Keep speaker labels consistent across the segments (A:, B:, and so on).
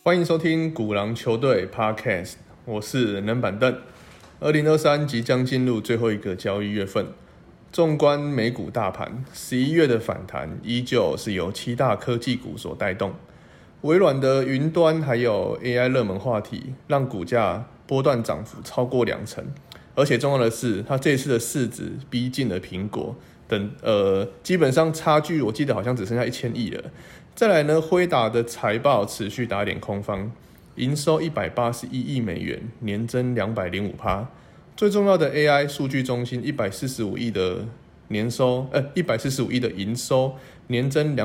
A: 欢迎收听古狼球队 Podcast， 我是冷板凳。2023即将进入最后一个交易月份，纵观美股大盘，11月的反弹依旧是由7大科技股所带动。微软的云端还有 AI 热门话题，让股价波段涨幅超过20%，而且重要的是，它这次的市值逼近了苹果等，基本上差距我记得好像只剩下1000亿了。再来呢，辉达的财报持续打脸空方，营收181亿美元，年增205%。最重要的 AI 数据中心145亿的145亿的营收，年增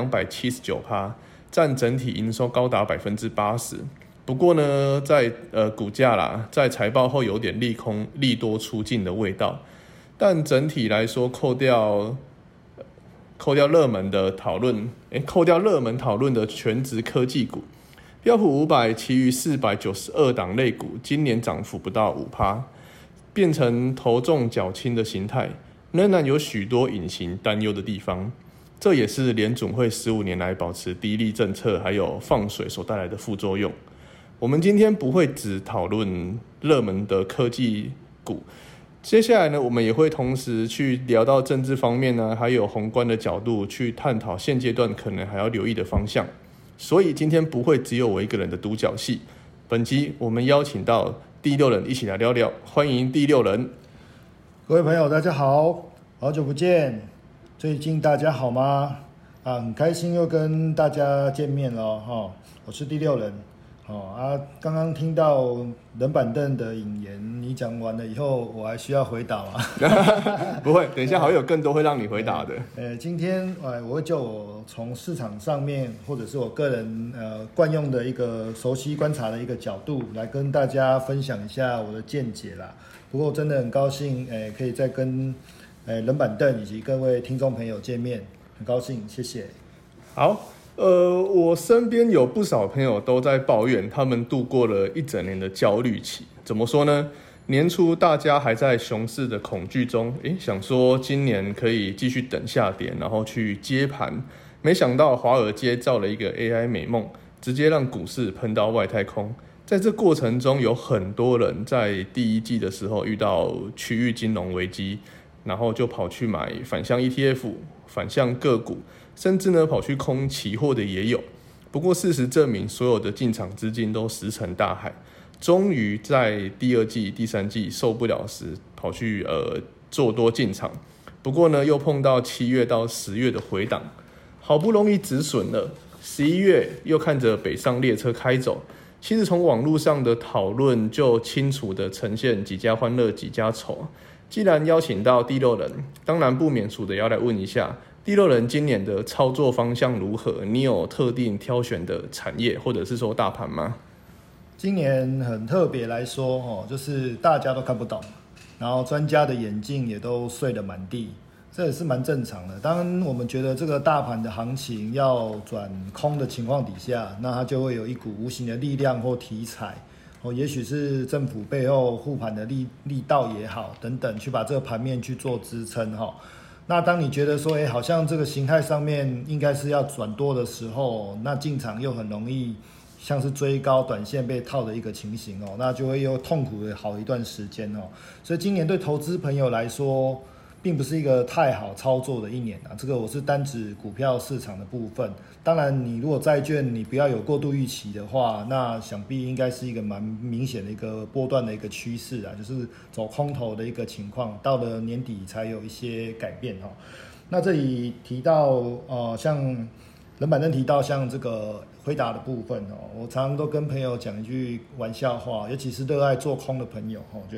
A: 279%，占整体营收高达80%。不过呢，在股价啦，在财报后有点利多出尽的味道，但整体来说，扣掉热门讨论的全职科技股，标普500其余492档类股今年涨幅不到 5%， 变成头重脚轻的形态，仍然有许多隐形担忧的地方。这也是联准会15年来保持低利政策还有放水所带来的副作用。我们今天不会只讨论热门的科技股，接下来呢，我们也会同时去聊到政治方面呢，还有宏观的角度去探讨现阶段可能还要留意的方向。所以今天不会只有我一个人的独角戏。本集我们邀请到第六人一起来聊聊，欢迎第六人。
B: 各位朋友，大家好，好久不见，最近大家好吗？很开心又跟大家见面了哈，我是第六人。刚刚听到冷板凳的引言，你讲完了以后，我还需要回答吗？
A: 不会，等一下还会有更多会让你回答的。
B: 今天我会就我从市场上面，或者是我个人惯用的一个熟悉观察的一个角度，来跟大家分享一下我的见解啦。不过真的很高兴，可以再跟冷板凳以及各位听众朋友见面，很高兴，谢谢。
A: 好。我身边有不少朋友都在抱怨，他们度过了一整年的焦虑期。怎么说呢？年初大家还在熊市的恐惧中，想说今年可以继续等下跌，然后去接盘。没想到华尔街造了一个 AI 美梦，直接让股市喷到外太空。在这过程中，有很多人在第一季的时候遇到区域金融危机，然后就跑去买反向 ETF、反向个股。甚至呢，跑去空期货的也有。不过事实证明，所有的进场资金都石沉大海。终于在第二季、第三季受不了时，跑去做多进场。不过呢，又碰到7月到10月的回档，好不容易止损了。11月又看着北上列车开走。其实从网络上的讨论就清楚的呈现几家欢乐几家愁。既然邀请到第六人，当然不免俗的要来问一下。第六人今年的操作方向如何？你有特定挑选的产业或者是说大盘吗？
B: 今年很特别来说，就是大家都看不懂，然后专家的眼镜也都碎得满地，这也是蛮正常的。当我们觉得这个大盘的行情要转空的情况底下，那它就会有一股无形的力量或题材，也许是政府背后护盘的力道也好，等等，去把这个盘面去做支撑哈。那当你觉得说，好像这个形态上面应该是要转多的时候，那进场又很容易像是追高短线被套的一个情形那就会又痛苦的好一段时间所以今年对投资朋友来说，并不是一个太好操作的一年这个我是单指股票市场的部分。当然，你如果债券你不要有过度预期的话，那想必应该是一个蛮明显的一个波段的一个趋势就是走空头的一个情况，到了年底才有一些改变那这里提到像冷板凳提到像这个辉达的部分我常常都跟朋友讲一句玩笑话，尤其是热爱做空的朋友就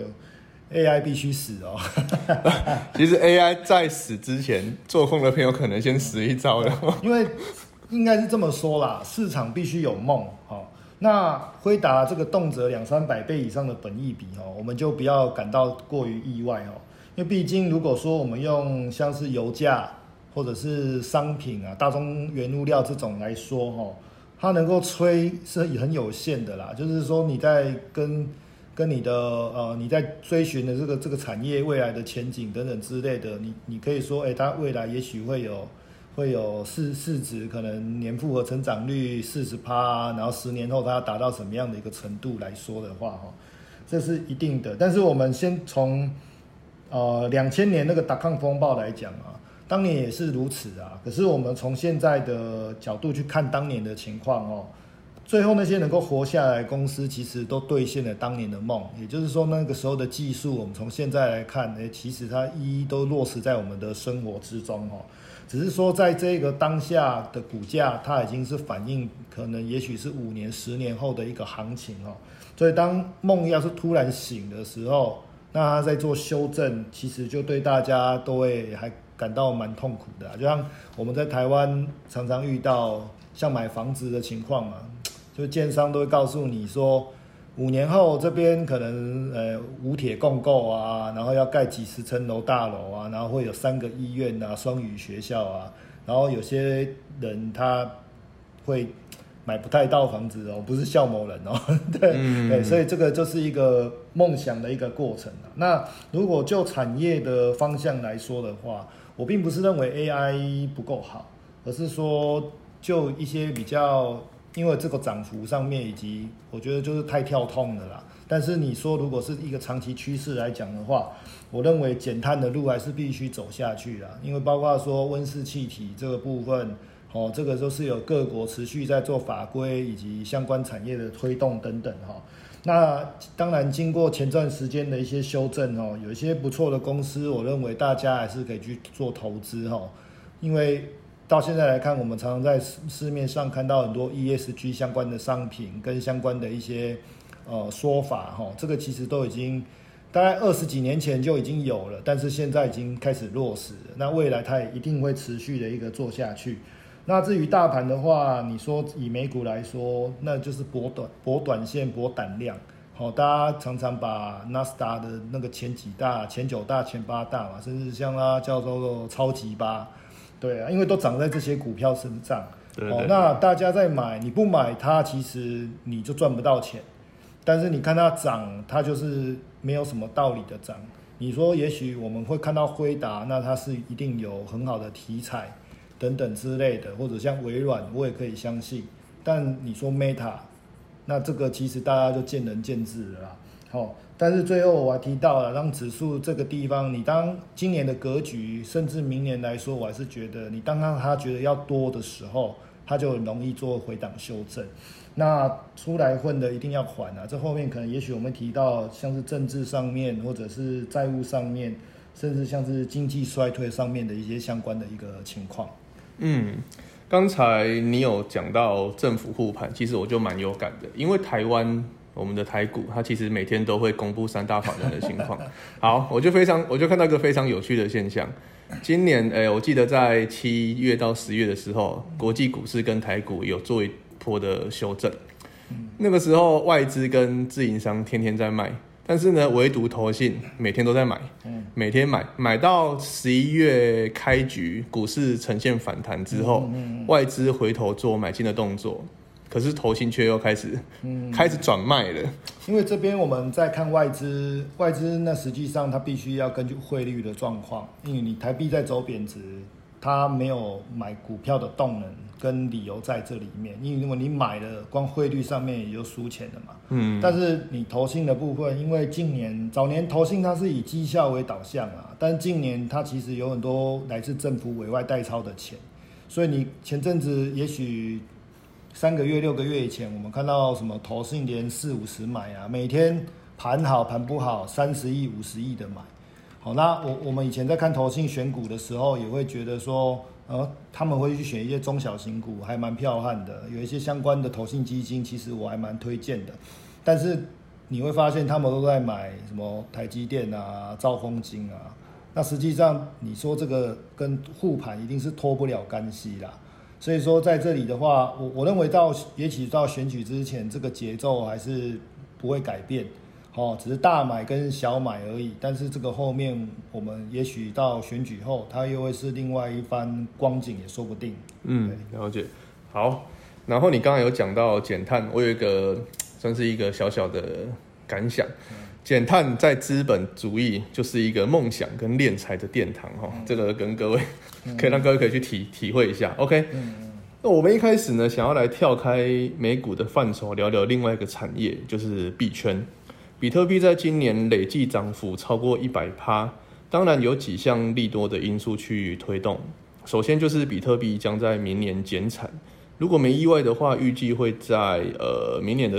B: AI 必须死
A: 其实 AI 在死之前，做空的朋友可能先死一遭了。
B: 因为应该是这么说啦，市场必须有梦那辉达这个动辄200-300倍以上的本益比我们就不要感到过于意外因为毕竟如果说我们用像是油价或者是商品大宗原物料这种来说它能够吹是很有限的啦。就是说你在跟你的你在追寻的这个产业未来的前景等等之类的，你可以说它未来也许会会有市值可能年复合成长率40%，然后10年后它要达到什么样的一个程度来说的话，这是一定的。但是我们先从2000年那个.com风暴来讲啊，当年也是如此啊。可是我们从现在的角度去看当年的情况最后那些能够活下来的公司，其实都兑现了当年的梦。也就是说，那个时候的技术，我们从现在来看，其实它一一都落实在我们的生活之中只是说，在这个当下的股价，它已经是反映可能也许是5年、10年后的一个行情所以当梦要是突然醒的时候，那它在做修正，其实就对大家都会还感到蛮痛苦的就像我们在台湾常常遇到像买房子的情况嘛，就建商都会告诉你说，5年后这边可能无铁共构啊，然后要盖几十层楼大楼啊，然后会有3个医院啊、双语学校啊，然后有些人他会买不太到房子不是笑某人对，所以这个就是一个梦想的一个过程那如果就产业的方向来说的话，我并不是认为 AI 不够好，而是说就一些比较。因为这个涨幅上面以及我觉得就是太跳痛了啦，但是你说如果是一个长期趋势来讲的话，我认为减碳的路还是必须走下去啦，因为包括说温室气体这个部分这个都是有各国持续在做法规以及相关产业的推动等等那当然经过前段时间的一些修正有一些不错的公司，我认为大家还是可以去做投资因为到现在来看，我们常常在市面上看到很多 ESG 相关的商品跟相关的一些说法这个其实都已经大概20几年前就已经有了，但是现在已经开始落实了。那未来它也一定会持续的一个做下去。那至于大盘的话，你说以美股来说，那就是博短线、博胆量。大家常常把纳斯达的那个前9大、前8大嘛，甚至像它叫做超级8。对啊，因为都涨在这些股票身上，
A: 对
B: 那大家在买，你不买它，其实你就赚不到钱。但是你看它涨，它就是没有什么道理的涨。你说也许我们会看到辉达，那它是一定有很好的题材等等之类的，或者像微软，我也可以相信。但你说 Meta， 那这个其实大家就见仁见智了啦。但是最后我还提到了，让指数这个地方，你当今年的格局，甚至明年来说，我还是觉得，你当他觉得要多的时候，他就很容易做回档修正。那出来混的一定要还这后面可能也许我们提到，像是政治上面，或者是债务上面，甚至像是经济衰退上面的一些相关的一个情况。
A: 刚才你有讲到政府护盘，其实我就蛮有感的，因为台湾。我们的台股，它其实每天都会公布3大法人的情况。好，我就看到一个非常有趣的现象。今年，我记得在7月到10月的时候，国际股市跟台股有做一波的修正。那个时候外资跟自营商天天在卖，但是呢，唯独投信每天都在买，每天买到11月开局，股市呈现反弹之后，外资回头做买进的动作。可是投信却又开始转卖了，
B: 因为这边我们在看外资那实际上它必须要根据汇率的状况，因为你台币在走贬值，它没有买股票的动能跟理由在这里面，因为如果你买了，光汇率上面也就输钱了嘛。但是你投信的部分，因为早年投信它是以绩效为导向但近年它其实有很多来自政府委外代操的钱，所以你前阵子也许3个月、6个月以前，我们看到什么投信连40-50买每天盘好盘不好30亿、50亿的买。那我们以前在看投信选股的时候，也会觉得说，他们会去选一些中小型股，还蛮彪悍的。有一些相关的投信基金，其实我还蛮推荐的。但是你会发现，他们都在买什么台积电兆丰金那实际上你说这个跟护盘一定是脱不了干系啦。所以说在这里的话，我认为也许到选举之前，这个节奏还是不会改变，只是大买跟小买而已。但是这个后面我们也许到选举后，它又会是另外一番光景也说不定。
A: 了解。好，然后你刚才有讲到减碳，我有一个算是一个小小的感想， 减碳在资本主义就是一个梦想跟敛财的殿堂哈，这个跟各位可以让各位可以去体会一下。OK，那我们一开始呢，想要来跳开美股的范畴，聊聊另外一个产业，就是币圈。比特币在今年累计涨幅超过100%，当然有几项利多的因素去推动。首先就是比特币将在明年减产，如果没意外的话，预计会在明年的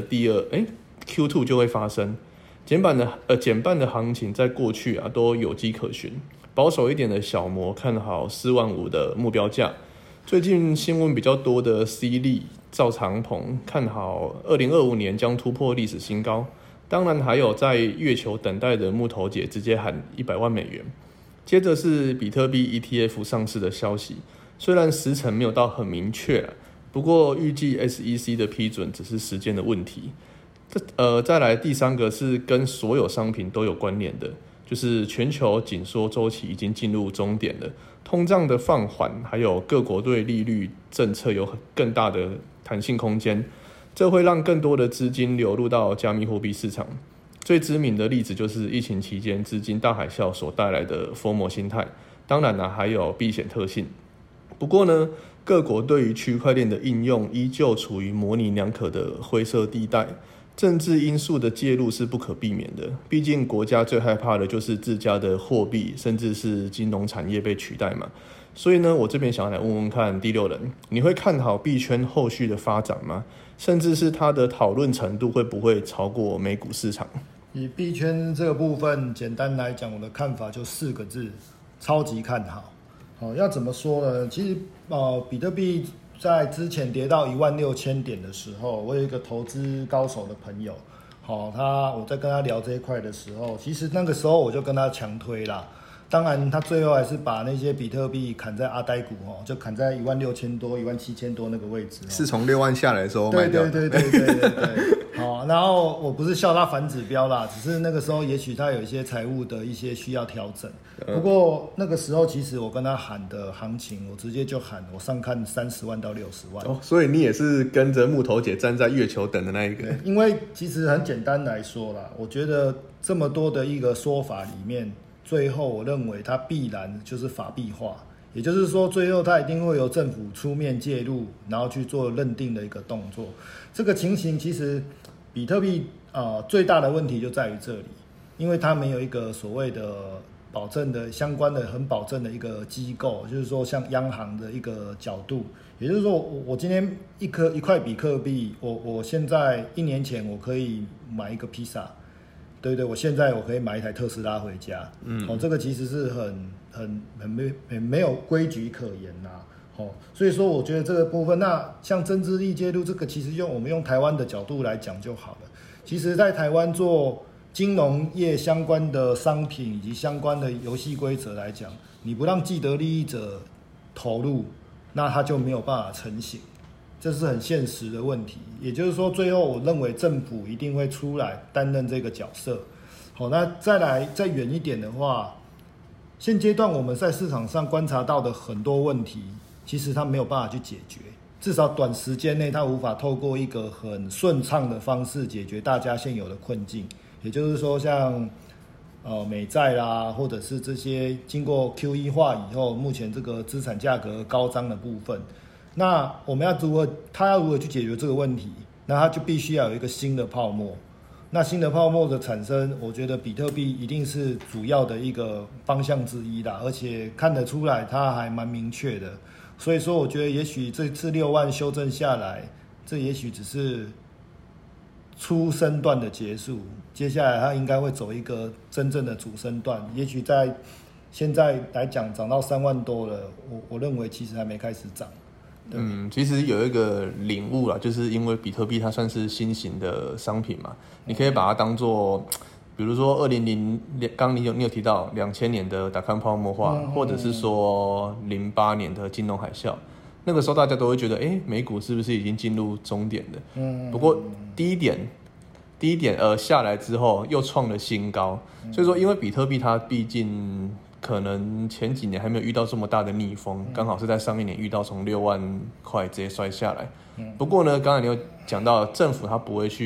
A: Q2 就会发生。减半的行情在过去都有迹可循，保守一点的小摩看好45000的目标价。最近新闻比较多的 C 利、赵长鹏看好2025年将突破历史新高。当然还有在月球等待的木头姐直接喊100万美元。接着是比特币 ETF 上市的消息，虽然时程没有到很明确，不过预计 SEC 的批准只是时间的问题。再来第三个是跟所有商品都有关联的，就是全球紧缩周期已经进入终点了，通胀的放缓，还有各国对利率政策有更大的弹性空间，这会让更多的资金流入到加密货币市场。最知名的例子就是疫情期间资金大海啸所带来的FOMO心态，当然还有避险特性。不过呢，各国对于区块链的应用依旧处于模棱两可的灰色地带。政治因素的介入是不可避免的，毕竟国家最害怕的就是自家的货币甚至是金融产业被取代嘛。所以呢，我这边想要来问问看第六人，你会看好币圈后续的发展吗？甚至是它的讨论程度会不会超过美股市场？
B: 以币圈这个部分，简单来讲，我的看法就4个字：超级看好。要怎么说呢？其实比特币在之前跌到16000点的时候，我有一个投资高手的朋友，我在跟他聊这一块的时候，其实那个时候我就跟他强推啦。当然，他最后还是把那些比特币砍在阿呆股就砍在16000多、17000多那个位置。
A: 是从6万下来的时候卖掉的。
B: 对。好，然后我不是笑他反指标啦，只是那个时候也许他有一些财务的一些需要调整。不过那个时候其实我跟他喊的行情，我直接就喊我上看30万到60万。
A: 所以你也是跟着木头姐站在月球等的那一个。
B: 因为其实很简单来说啦，我觉得这么多的一个说法里面，最后我认为它必然就是法币化，也就是说最后它一定会由政府出面介入，然后去做认定的一个动作。这个情形其实比特币最大的问题就在于这里，因为它没有一个所谓的保证的相关的很保证的一个机构，就是说像央行的一个角度，也就是说我今天一块比特币，我现在1年前我可以买一个披萨。对，我现在我可以买一台特斯拉回家，这个其实是很没有规矩可言呐，所以说我觉得这个部分，那像增资利介入这个，其实我们用台湾的角度来讲就好了。其实，在台湾做金融业相关的商品以及相关的游戏规则来讲，你不让既得利益者投入，那他就没有办法成型。这是很现实的问题，也就是说，最后我认为政府一定会出来担任这个角色。好，那再远一点的话，现阶段我们在市场上观察到的很多问题，其实它没有办法去解决，至少短时间内它无法透过一个很顺畅的方式解决大家现有的困境。也就是说，像美债啦，或者是这些经过 QE 化以后，目前这个资产价格高涨的部分。那我们要如何去解决这个问题？那它就必须要有一个新的泡沫。那新的泡沫的产生，我觉得比特币一定是主要的一个方向之一啦，而且看得出来它还蛮明确的。所以说，我觉得也许这次6万修正下来，这也许只是初升段的结束，接下来它应该会走一个真正的主升段。也许在现在来讲涨到3万多了，我认为其实还没开始涨。
A: 其实有一个领悟啦，就是因为比特币它算是新型的商品嘛，你可以把它当做，比如说刚你有提到2000年的达康泡沫化，或者是说08年的金融海啸，那个时候大家都会觉得，美股是不是已经进入终点了？不过第一点下来之后又创了新高，所以说因为比特币它毕竟可能前几年还没有遇到这么大的逆风，刚好是在上一年遇到从6万块直接摔下来。不过呢，刚才你有讲到政府它不会去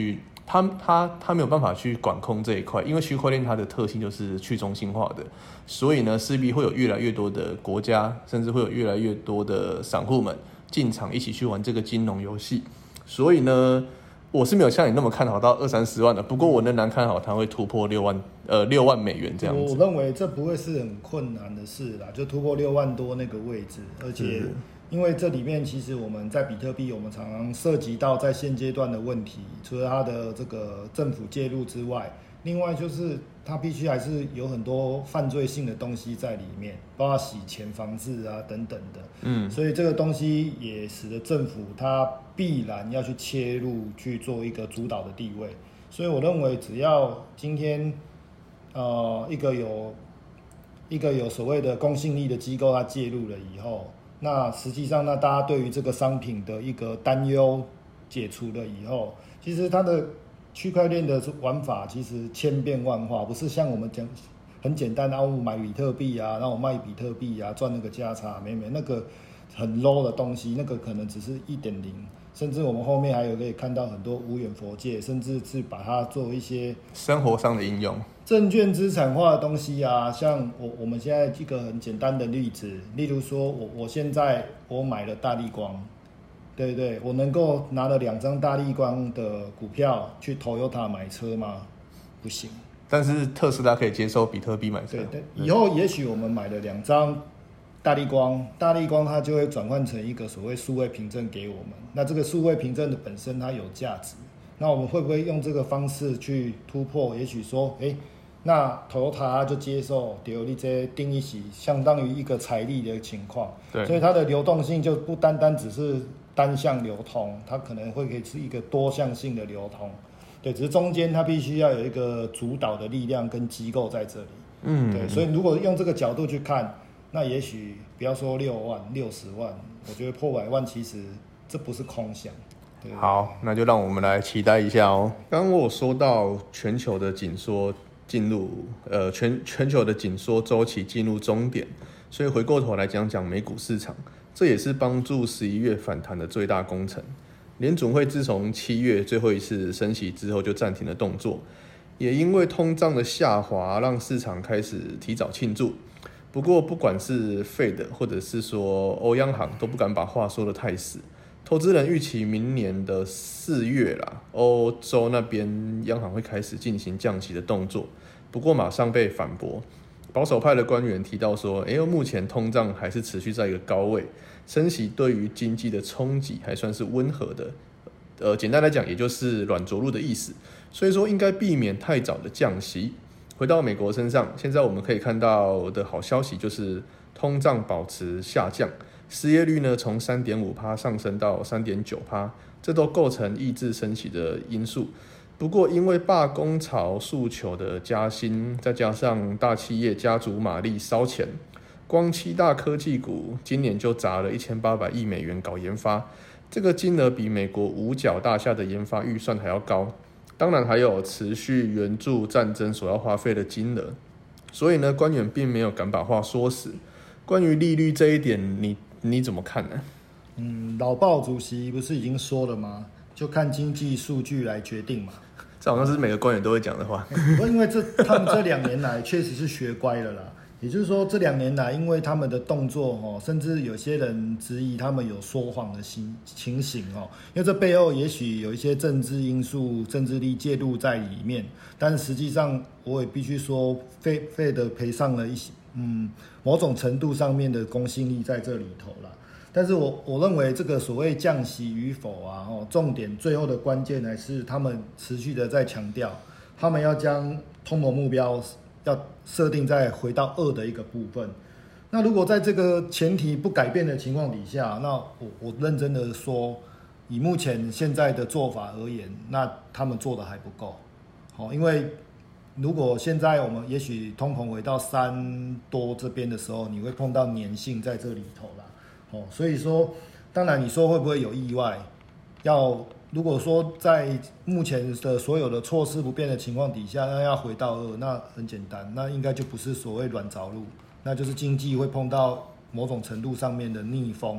A: 它没有办法去管控这一块，因为区块链它的特性就是去中心化的，所以呢，势必会有越来越多的国家，甚至会有越来越多的散户们进场一起去玩这个金融游戏。所以呢，我是没有像你那么看好到20-30万的，不过我仍然看好它会突破6万美元这样子。
B: 我认为这不会是很困难的事啦，就突破6万多那个位置，而且因为这里面其实我们在比特币，我们常常涉及到在现阶段的问题，除了它的这个政府介入之外，另外就是它必须还是有很多犯罪性的东西在里面，包括洗钱防治啊等等的。所以这个东西也使得政府它必然要去切入去做一个主导的地位。所以我认为，只要今天一个有所谓的公信力的机构它介入了以后，那实际上，那大家对于这个商品的一个担忧解除了以后，其实它的区块链的玩法其实千变万化，不是像我们讲很简单的，我买比特币啊，然后我卖比特币啊，赚那个价差，没那个很 low 的东西，那个可能只是1.0，甚至我们后面还有可以看到很多无远弗届，甚至是把它做一些
A: 生活上的应用。
B: 证券资产化的东西啊，像我们现在一个很简单的例子，例如说我现在我买了大立光，对不对？我能够拿了2张大立光的股票去 Toyota 买车吗？不行。
A: 但是特斯拉可以接受比特币买车。
B: 对，以后也许我们买了2张大立光它就会转换成一个所谓数位凭证给我们。那这个数位凭证的本身它有价值，那我们会不会用这个方式去突破？也许说，那 Toyota 就接受丢你这定义是相当于一个财力的情况，
A: 对，
B: 所以它的流动性就不单单只是单向流通，它可能会可以是一个多向性的流通，对，只是中间它必须要有一个主导的力量跟机构在这里，对，所以如果用这个角度去看，那也许不要说6万、60万，我觉得破100万其实这不是空想。对，
A: 好，那就让我们来期待一下哦。刚刚我有说到全球的紧缩进入全球的紧缩周期进入终点，所以回过头来讲讲美股市场，这也是帮助11月反弹的最大功臣。联准会自从7月最后一次升息之后就暂停了动作，也因为通胀的下滑让市场开始提早庆祝。不过不管是 Fed 或者是说欧央行都不敢把话说得太死，投资人预期明年的4月啦，欧洲那边央行会开始进行降息的动作，不过马上被反驳。保守派的官员提到说，目前通胀还是持续在一个高位，升息对于经济的冲击还算是温和的，简单来讲也就是软着陆的意思，所以说应该避免太早的降息。回到美国身上，现在我们可以看到的好消息就是通胀保持下降，失业率呢从 3.5% 上升到 3.9%， 这都构成抑制升息的因素。不过因为罢工潮诉求的加薪，再加上大企业加足马力烧钱，光7大科技股今年就砸了1800亿美元搞研发，这个金额比美国五角大厦的研发预算还要高。当然还有持续援助战争所要花费的金额，所以呢，官员并没有敢把话说死。关于利率这一点，你怎么看呢？
B: 老鲍主席不是已经说了吗？就看经济数据来决定嘛。
A: 这好像是每个官员都会讲的话。
B: 因为他们这2年来确实是学乖了啦。也就是说，这2年来，因为他们的动作甚至有些人质疑他们有说谎的情形因为这背后也许有一些政治因素、政治力介入在里面，但是实际上我也必须说，Fed赔上了一些某种程度上面的公信力在这里头啦。但是我认为这个所谓降息与否啊，重点最后的关键还是他们持续的在强调，他们要将通膨目标要设定在回到2的一个部分。那如果在这个前提不改变的情况底下，那我认真的说，以目前现在的做法而言，那他们做的还不够。因为如果现在我们也许通膨回到3多这边的时候，你会碰到粘性在这里头啦。所以说，当然你说会不会有意外？如果说在目前的所有的措施不变的情况底下，那要回到2，那很简单，那应该就不是所谓软着陆，那就是经济会碰到某种程度上面的逆风。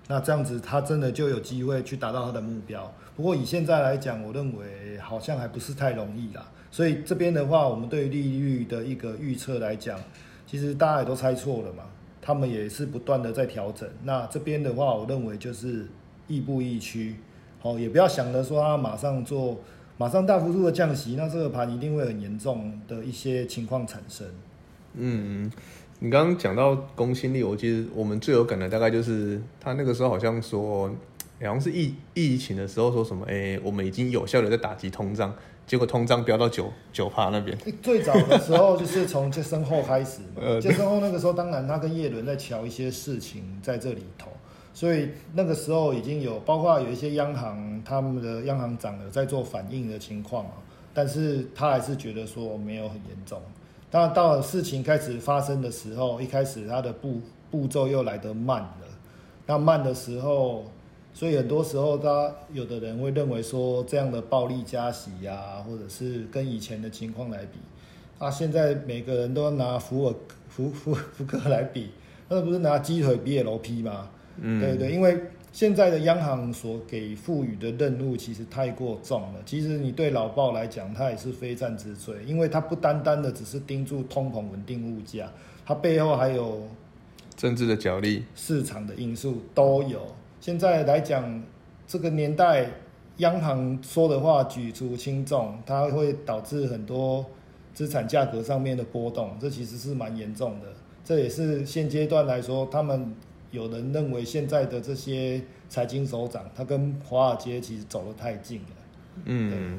B: 那这样子他真的就有机会去达到他的目标。不过以现在来讲，我认为好像还不是太容易啦。所以这边的话，我们对于利率的一个预测来讲，其实大家也都猜错了嘛，他们也是不断的在调整。那这边的话，我认为就是亦步亦趋，也不要想着说他马上大幅度的降息，那这个盘一定会很严重的一些情况产生。
A: 你刚刚讲到公信力，我记得我们最有感的大概就是他那个时候好像说，好像是疫情的时候说什么，我们已经有效的在打击通胀，结果通胀飙到9%那边。
B: 最早的时候就是从杰森后开始嘛，杰森后那个时候当然他跟耶伦在瞧一些事情在这里头，所以那个时候已经有包括有一些央行他们的央行长有在做反应的情况啊，但是他还是觉得说没有很严重。当然到了事情开始发生的时候，一开始它的步骤又来得慢了。那慢的时候，所以很多时候有的人会认为说这样的暴力加息啊，或者是跟以前的情况来比，现在每个人都要拿福克来比，那不是拿鸡腿比 LP 吗？对，因为现在的央行所给赋予的任务其实太过重了。其实你对老鲍来讲，他也是非战之罪，因为他不单单的只是盯住通膨稳定物价，他背后还有
A: 政治的角力、
B: 市场的因素都有。现在来讲，这个年代央行说的话举足轻重，它会导致很多资产价格上面的波动，这其实是蛮严重的。这也是现阶段来说，他们有人认为现在的这些财经首长，他跟华尔街其实走得太近了。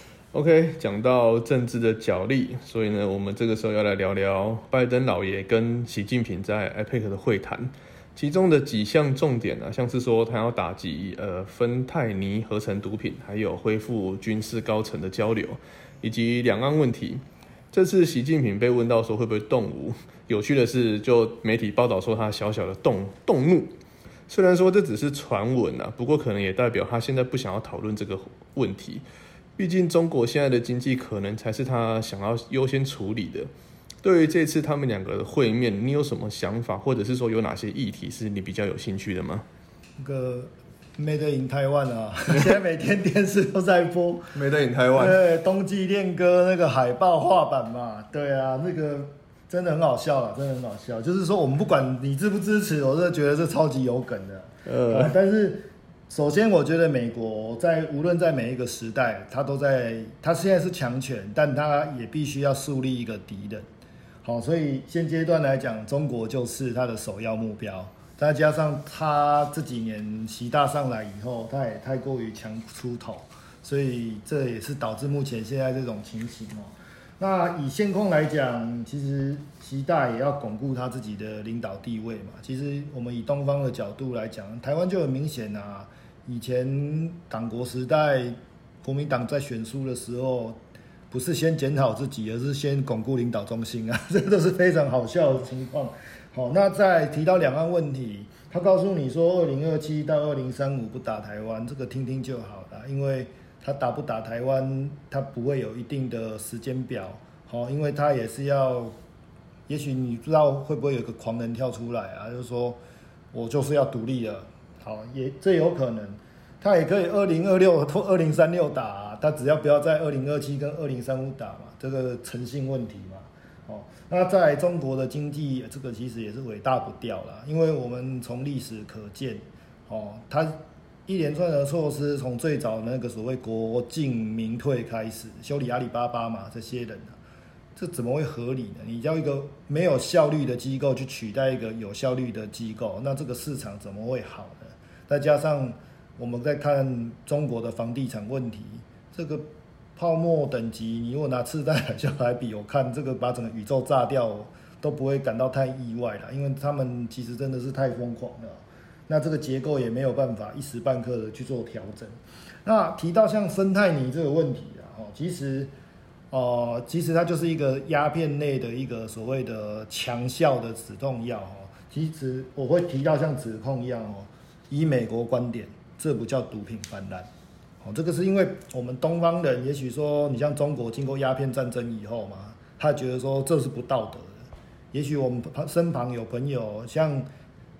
A: OK， 讲到政治的角力，所以呢，我们这个时候要来聊聊拜登老爷跟习近平在 APEC 的会谈，其中的几项重点啊，像是说他要打击芬太尼合成毒品，还有恢复军事高层的交流，以及两岸问题。这次习近平被问到说会不会动武，有趣的是，就媒体报道说他小小的动怒。虽然说这只是传闻啊，不过可能也代表他现在不想要讨论这个问题。毕竟中国现在的经济可能才是他想要优先处理的。对于这次他们两个的会面，你有什么想法，或者是说有哪些议题是你比较有兴趣的吗？
B: 那个 Made in Taiwan 啊，现在每天电视都在播
A: Made in Taiwan，
B: 对，冬季恋歌那个海报画板嘛，对啊，那个真的很好笑啦，真的很好笑。就是说，我们不管你支不支持，我真的觉得这超级有梗的。但是首先，我觉得美国无论在每一个时代，它现在是强权，但它也必须要树立一个敌人。好，所以现阶段来讲，中国就是它的首要目标。再加上他这几年习大上来以后，他也太过于强出头，所以这也是导致目前现在这种情形哦。那以现况来讲，其实习大也要巩固他自己的领导地位嘛。其实我们以东方的角度来讲，台湾就很明显啊。以前党国时代，国民党在选书的时候，不是先检讨自己，而是先巩固领导中心啊，这都是非常好笑的情况。好，那再提到两岸问题，他告诉你说2027到2035不打台湾，这个听听就好了，因为他打不打台湾，他不会有一定的时间表。好，因为他也是要，也许你不知道会不会有个狂人跳出来啊，就是说我就是要独立了。好，这有可能，他也可以2026或2036打啊，他只要不要在2027跟2035打嘛，这个诚信问题嘛。那在中国的经济，这个其实也是尾大不掉啦，因为我们从历史可见，它一连串的措施，从最早那个所谓国进民退开始，修理阿里巴巴嘛，这些人啊，这怎么会合理呢？你叫一个没有效率的机构去取代一个有效率的机构，那这个市场怎么会好呢？再加上我们在看中国的房地产问题，这个泡沫等级，你如果拿次贷海啸来比，我看这个把整个宇宙炸掉都不会感到太意外了，因为他们其实真的是太疯狂了。那这个结构也没有办法一时半刻的去做调整。那提到像芬太尼这个问题啊，其实它就是一个鸦片类的一个所谓的强效的止痛药。其实我会提到像止痛药以美国观点，这不叫毒品泛滥。这个是因为我们东方人，也许说你像中国经过鸦片战争以后嘛，他觉得说这是不道德的。也许我们身旁有朋友，像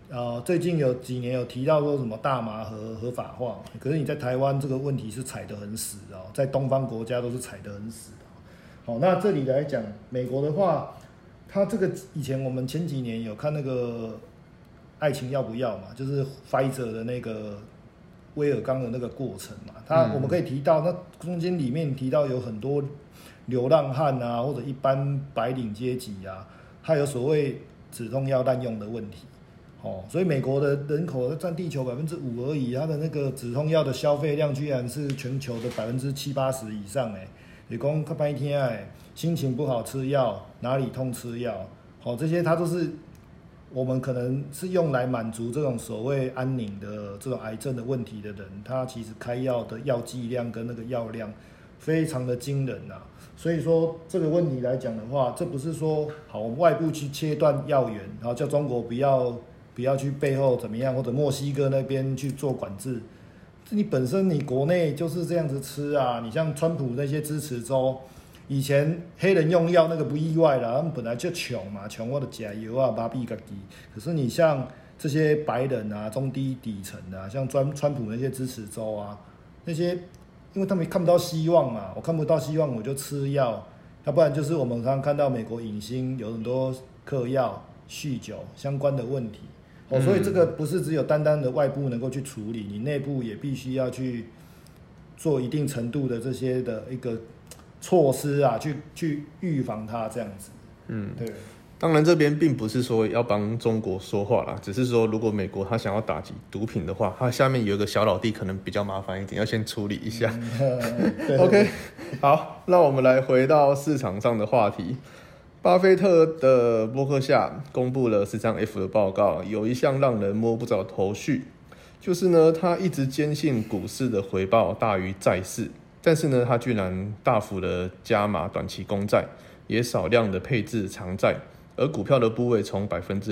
B: 最近有几年有提到说什么大麻合法化，可是你在台湾这个问题是踩得很死哦，在东方国家都是踩得很死的。好，那这里来讲，美国的话，它这个以前我们前几年有看那个爱情要不要嘛，就是 Pfizer 的那个威尔刚的那个过程嘛，我们可以提到，那中间里面提到有很多流浪汉啊，或者一般白领阶级啊，还有所谓止痛药滥用的问题。所以美国的人口占地球5%而已，它的那个止痛药的消费量居然是全球的70%-80%以上你说看半天心情不好吃药，哪里痛吃药，这些它都是我们可能是用来满足这种所谓安宁的这种癌症的问题的人，他其实开药的药剂量跟那个药量非常的惊人啊。所以说这个问题来讲的话，这不是说好我们外部去切断药源，然后叫中国不要去背后怎么样，或者墨西哥那边去做管制。你本身你国内就是这样子吃啊，你像川普那些支持州，以前黑人用药那个不意外啦，他们本来就穷嘛，穷我的加油啊，麻痹自己。可是你像这些白人啊，中低底层啊，像川普那些支持州啊，那些因为他们看不到希望嘛，我看不到希望我就吃药，要不然就是我们常常看到美国影星有很多嗑药、酗酒相关的问题。所以这个不是只有单单的外部能够去处理，你内部也必须要去做一定程度的这些的一个措施啊，去预防它这样子。对。
A: 当然这边并不是说要帮中国说话啦，只是说如果美国他想要打击毒品的话，他下面有一个小老弟可能比较麻烦一点，要先处理一下。OK， 好，那我们来回到市场上的话题。巴菲特的伯克夏公布了13F 的报告，有一项让人摸不着头绪，就是呢，他一直坚信股市的回报大于债市，但是呢，他居然大幅的加码短期公债，也少量的配置长债，而股票的部位从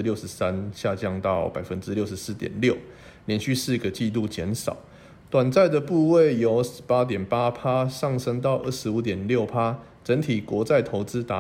A: 63% 下降到 64.6%， 连续4个季度减少。短债的部位由 18.8% 上升到 25.6%， 整体国债投资达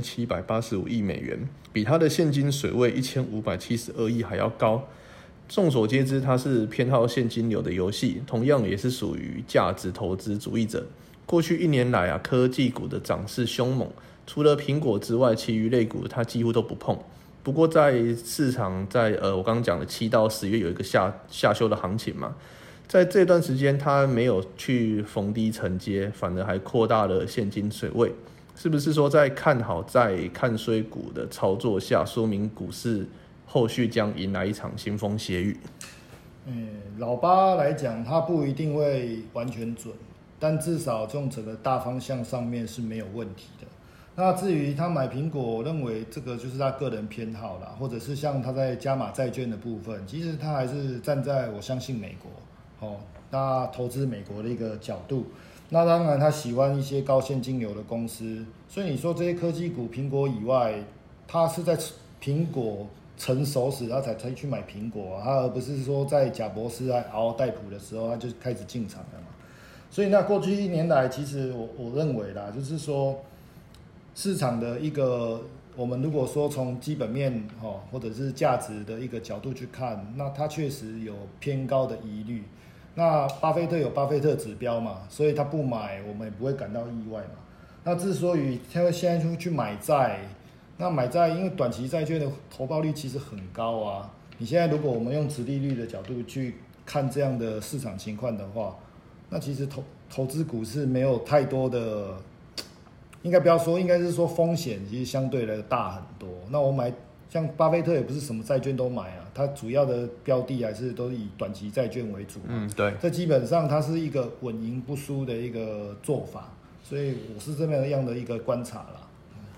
A: 1785亿美元，比它的现金水位1572亿还要高。众所皆知，它是偏好现金流的游戏，同样也是属于价值投资主义者。过去1年来科技股的涨势凶猛，除了苹果之外，其余类股它几乎都不碰。不过在市场我刚刚讲的7到10月有一个下修的行情嘛，在这段时间他没有去逢低承接，反而还扩大了现金水位，是不是说在看好在看衰股的操作下，说明股市后续将迎来一场腥风血雨？
B: 老巴来讲，他不一定会完全准，但至少从整个大方向上面是没有问题的。那至于他买苹果，我认为这个就是他个人偏好啦，或者是像他在加码债券的部分，其实他还是站在我相信美国。那投资美国的一个角度，那当然他喜欢一些高现金流的公司，所以你说这些科技股，苹果以外，他是在苹果成熟时他才去买苹果他而不是说在贾伯斯还嗷嗷待哺的时候他就开始进场了嘛。所以那过去1年来，其实我认为啦，就是说市场的一个，我们如果说从基本面或者是价值的一个角度去看，那它确实有偏高的疑虑。那巴菲特有巴菲特指标嘛，所以他不买，我们也不会感到意外嘛。那之所以他现在去买债，那买债因为短期债券的投报率其实很高啊。你现在如果我们用殖利率的角度去看这样的市场情况的话，那其实投资股市没有太多的，应该不要说，应该是说风险其实相对的大很多。那我买像巴菲特也不是什么债券都买啊，他主要的标的还是都以短期债券为主嘛。
A: 对，
B: 这基本上它是一个稳赢不输的一个做法，所以我是这么样的一个观察啦。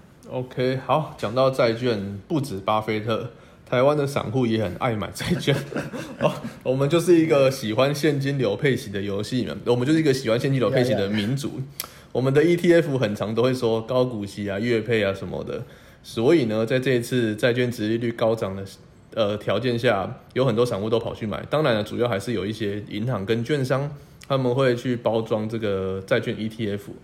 A: OK， 好，讲到债券，不止巴菲特，台湾的散户也很爱买债券。我们就是一个喜欢现金流配息的游戏嘛，我们就是一个喜欢现金流配息的民族。我们的 ETF 很常都会说高股息啊、月配啊什么的，所以呢，在这一次债券殖利率高涨的条件下，有很多散户都跑去买。当然了，主要还是有一些银行跟券商他们会去包装这个债券 ETF。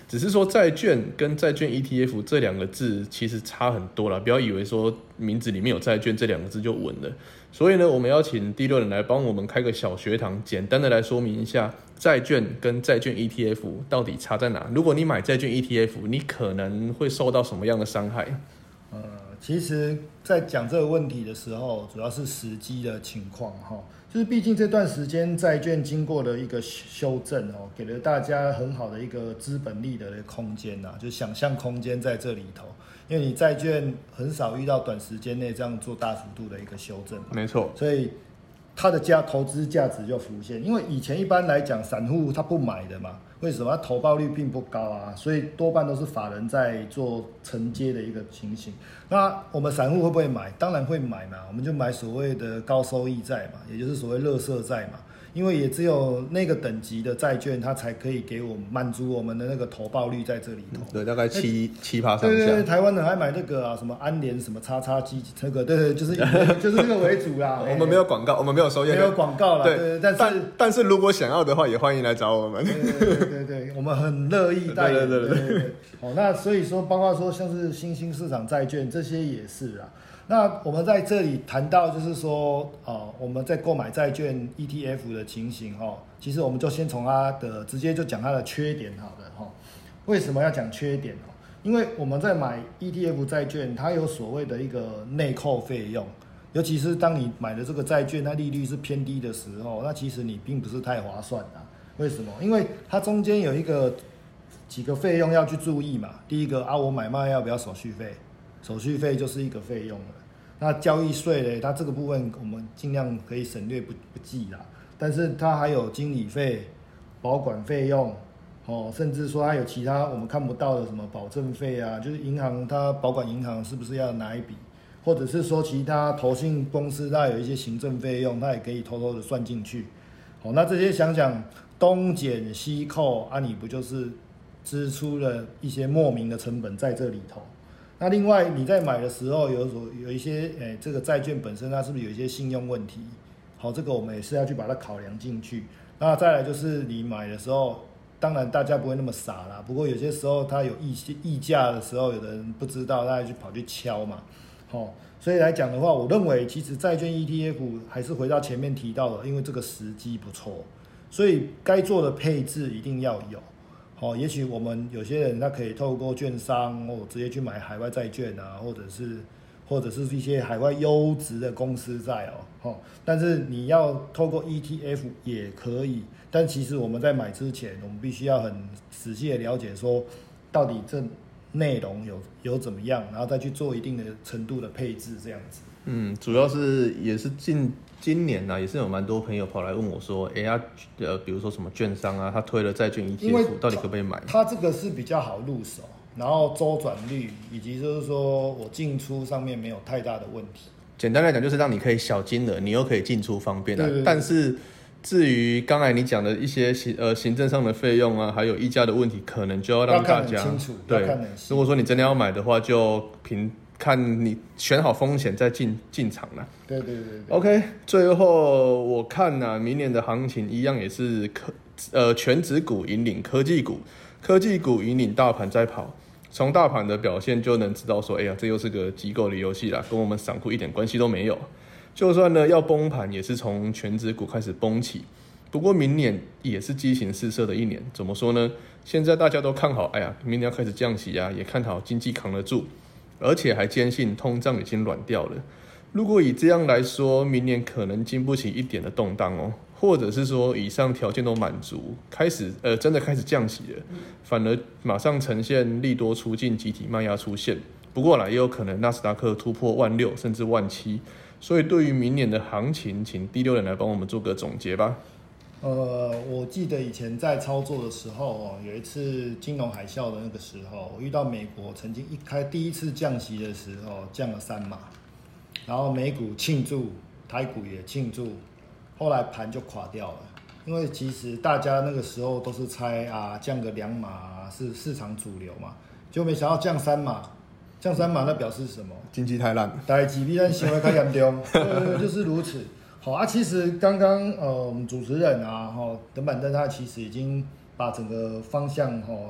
A: 只是说债券跟债券 ETF 这两个字其实差很多啦，不要以为说名字里面有债券这两个字就稳了。所以呢，我们要请第六人来帮我们开个小学堂，简单的来说明一下债券跟债券 ETF 到底差在哪。如果你买债券 ETF， 你可能会受到什么样的伤害？
B: 其实，在讲这个问题的时候，主要是时机的情况哈。就是毕竟这段时间债券经过了一个修正哦，给了大家很好的一个资本利得的空间呐，就想象空间在这里头。因为你债券很少遇到短时间内这样做大幅度的一个修正，
A: 没错，
B: 所以它的投资价值就浮现。因为以前一般来讲，散户他不买的嘛，为什么？它投报率并不高啊，所以多半都是法人在做承接的一个情形。那我们散户会不会买？当然会买嘛，我们就买所谓的高收益债嘛，也就是所谓垃圾债嘛。因为也只有那个等级的债券，它才可以给我们满足我们的那个投报率在这里头。
A: 对，大概7%上下。
B: 对，台湾人爱买那个啊，什么安联什么叉叉基那个，对，就是这个为主啦。
A: 我们没有广告，我们没有收业配，
B: 没有广告啦。对，
A: 但是如果想要的话，也欢迎来找我们。
B: 对，我们很乐意代言。对。好，那所以说，包括说像是新兴市场债券这些也是啊。那我们在这里谈到，就是说，我们在购买债券 ETF 的情形，其实我们就先从它的直接就讲它的缺点好了，为什么要讲缺点？因为我们在买 ETF 债券，它有所谓的一个内扣费用，尤其是当你买的这个债券，它利率是偏低的时候，那其实你并不是太划算的。为什么？因为它中间有几个费用要去注意嘛。第一个我买卖要不要手续费？手续费就是一个费用了。那交易税呢？它这个部分我们尽量可以省略不计啦。但是它还有经理费、保管费用，甚至说它有其他我们看不到的什么保证费啊，就是银行它保管银行是不是要拿一笔，或者是说其他投信公司它有一些行政费用，它也可以偷偷的算进去。那这些想想东减西扣你不就是支出了一些莫名的成本在这里头？那另外你在买的时候有一些这个债券本身它是不是有一些信用问题？这个我们也是要去把它考量进去。那再来就是你买的时候，当然大家不会那么傻啦，不过有些时候它有溢价的时候，有的人不知道，他就跑去敲嘛。所以来讲的话，我认为其实债券 ETF 还是回到前面提到的，因为这个时机不错，所以该做的配置一定要有。也许我们有些人他可以透过券商直接去买海外债券啊，或者是一些海外优质的公司债但是你要透过 ETF 也可以，但其实我们在买之前，我们必须要很仔细的了解说，到底这内容有怎么样，然后再去做一定的程度的配置这样子。
A: 主要是也是今年也是有蛮多朋友跑来问我说，比如说什么券商啊，他推了债券 ETF， 到底可不可以买？
B: 它这个是比较好入手，然后周转率以及就是说我进出上面没有太大的问题。
A: 简单来讲，就是让你可以小金额，你又可以进出方便
B: 对。
A: 但是至于刚才你讲的一些行政上的费用啊，还有溢价的问题，可能就要让大家
B: 要看很清楚。
A: 对，如果说你真的要买的话，就看你选好风险再进场啦。
B: 对。
A: OK， 最后我看明年的行情一样也是全指股引领科技股，科技股引领大盘在跑。从大盘的表现就能知道说，这又是个机构的游戏啦，跟我们散户一点关系都没有。就算呢要崩盘，也是从全指股开始崩起。不过明年也是激情四射的一年，怎么说呢？现在大家都看好，明年要开始降息啊，也看好经济扛得住。而且还坚信通胀已经软掉了。如果以这样来说，明年可能经不起一点的动荡或者是说以上条件都满足，真的开始降息了，反而马上呈现利多出尽，集体卖压出现。不过也有可能纳斯达克突破16000甚至17000，所以对于明年的行情，请第六人来帮我们做个总结吧。
B: 我记得以前在操作的时候有一次金融海啸的那个时候，我遇到美国曾经第一次降息的时候降了3码，然后美股庆祝，台股也庆祝，后来盘就垮掉了。因为其实大家那个时候都是猜降个2码是市场主流嘛，就没想到降3码，那表示什么？
A: 经济太烂，
B: 代志比咱想的更严重，就是如此。其实刚刚我们主持人等板凳他其实已经把整个方向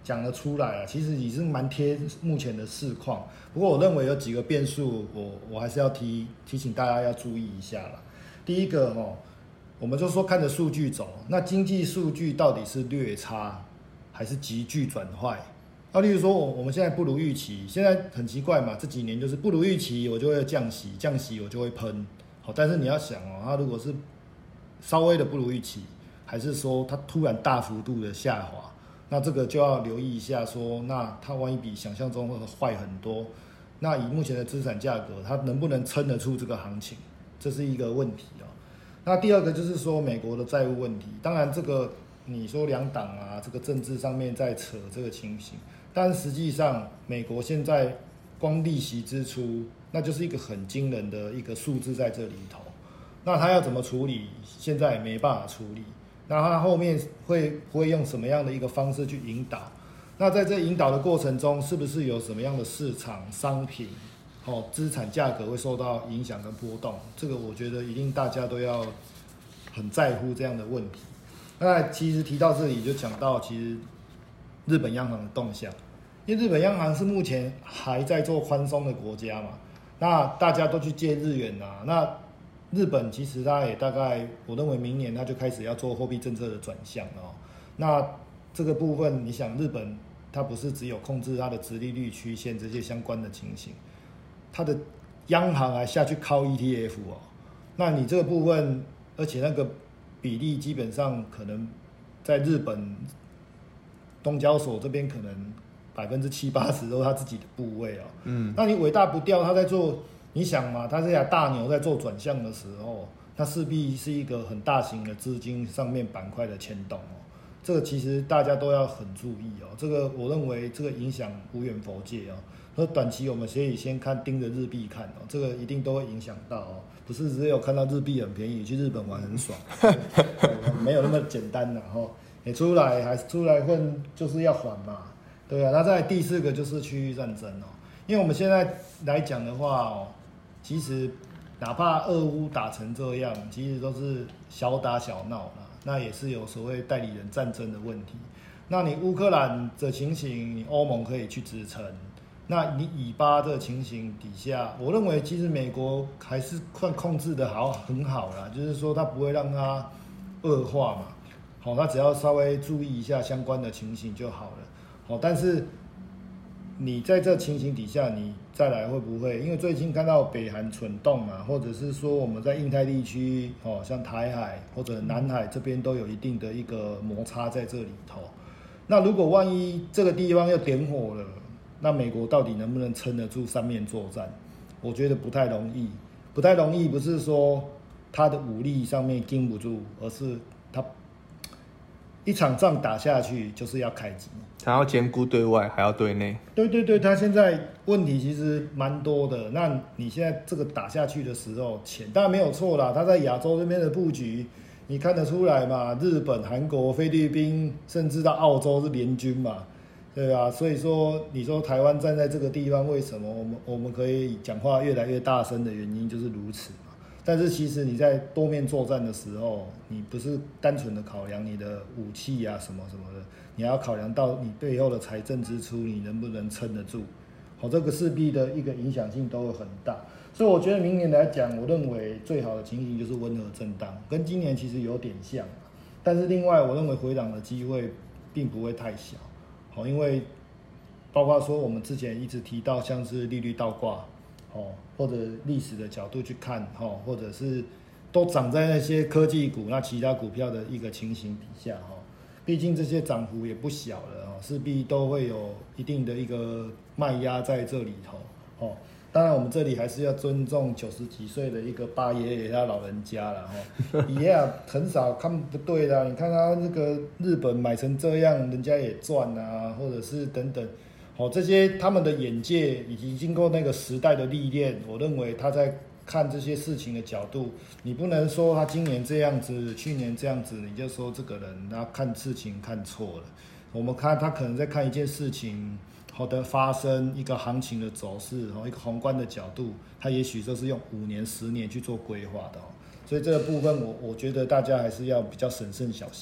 B: 讲得出来啊，其实已经蛮贴目前的市况。不过我认为有几个变数，我还是要提醒大家要注意一下啦。第一个我们就说看着数据走，那经济数据到底是略差还是急剧转坏？例如说我们现在不如预期，现在很奇怪嘛，这几年就是不如预期，我就会降息，降息我就会喷。但是你要想它如果是稍微的不如预期，还是说它突然大幅度的下滑，那这个就要留意一下说，那它万一比想象中会坏很多，那以目前的资产价格，它能不能撑得出这个行情，这是一个问题那第二个就是说美国的债务问题，当然这个你说两党啊，这个政治上面在扯这个情形，但实际上美国现在光利息支出，那就是一个很惊人的一个数字在这里头。那他要怎么处理？现在也没办法处理。那他后面会不会用什么样的一个方式去引导？那在这引导的过程中，是不是有什么样的市场、商品、资产价格会受到影响跟波动？这个我觉得一定大家都要很在乎这样的问题。那其实提到这里就讲到，其实日本央行的动向，因为日本央行是目前还在做宽松的国家嘛，那大家都去借日元啊，那日本其实它也大概，我认为明年它就开始要做货币政策的转向那这个部分，你想日本它不是只有控制它的殖利率曲线这些相关的情形，它的央行还下去靠 ETF 那你这个部分，而且那个比例基本上可能在日本东交所这边可能70%-80%都是他自己的部位那你尾大不掉，他在做。你想嘛，它这家大牛在做转向的时候，它势必是一个很大型的资金上面板块的牵动这个其实大家都要很注意这个我认为这个影响无远弗届所以短期我们可以先盯着日币看这个一定都会影响到不是只有看到日币很便宜去日本玩很爽没有那么简单你出来混就是要还嘛，对啊。那再来第四个就是区域战争因为我们现在来讲的话其实哪怕俄乌打成这样，其实都是小打小闹啦，那也是有所谓代理人战争的问题。那你乌克兰的情形，你欧盟可以去支撑，那你以巴的情形底下，我认为其实美国还是控制的很好啦，就是说它不会让它恶化嘛，它只要稍微注意一下相关的情形就好了，但是你在这情形底下，你再来会不会？因为最近看到北韩蠢动嘛，或者是说我们在印太地区像台海或者南海这边都有一定的一个摩擦在这里头。那如果万一这个地方又点火了，那美国到底能不能撑得住三面作战？我觉得不太容易，不太容易。不是说他的武力上面经不住，而是他一场仗打下去就是要开机。
A: 他要兼顾对外，还要对内。
B: 对，他现在问题其实蛮多的。那你现在这个打下去的时候，钱当然没有错啦。他在亚洲这边的布局，你看得出来嘛？日本、韩国、菲律宾，甚至到澳洲是联军嘛，对吧？所以说，你说台湾站在这个地方，为什么我们可以讲话越来越大声的原因就是如此嘛。但是其实你在多面作战的时候，你不是单纯的考量你的武器啊什么什么的，你还要考量到你背后的财政支出，你能不能撑得住？这个势必的一个影响性都会很大。所以我觉得明年来讲，我认为最好的情形就是温和震荡，跟今年其实有点像。但是另外，我认为回档的机会并不会太小。因为包括说我们之前一直提到，像是利率倒挂。或者历史的角度去看，或者是都涨在那些科技股、那其他股票的一个情形底下，毕竟这些涨幅也不小了，势必都会有一定的一个卖压在这里头。当然我们这里还是要尊重90几岁的一个八爷爷他老人家了，爷爷很少看不对的，你看他那个日本买成这样，人家也赚啊，或者是等等。这些他们的眼界以及经过那个时代的历练，我认为他在看这些事情的角度，你不能说他今年这样子，去年这样子，你就说这个人他看事情看错了。我们看他可能在看一件事情好的发生，一个行情的走势，一个宏观的角度，他也许就是用5年、10年去做规划的。所以这个部分我觉得大家还是要比较审慎小心。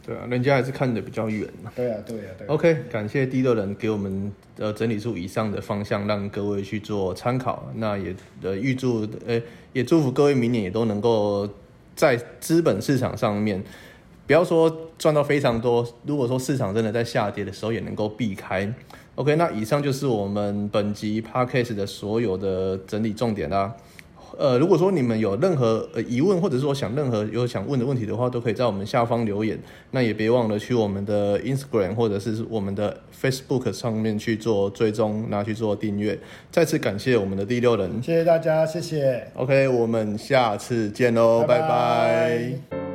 A: 对啊，人家还是看得比较远嘛。
B: 对啊。
A: OK， 感谢第六人给我们整理出以上的方向，让各位去做参考。那也也祝福各位明年也都能够在资本市场上面，不要说赚到非常多，如果说市场真的在下跌的时候也能够避开。OK， 那以上就是我们本集 Podcast 的所有的整理重点啦。如果说你们有任何疑问，或者说想问的问题的话，都可以在我们下方留言。那也别忘了去我们的 Instagram 或者是我们的 Facebook 上面去做追踪，然后去做订阅。再次感谢我们的第六人，
B: 谢谢大家，谢谢。
A: OK， 我们下次见喽，拜拜。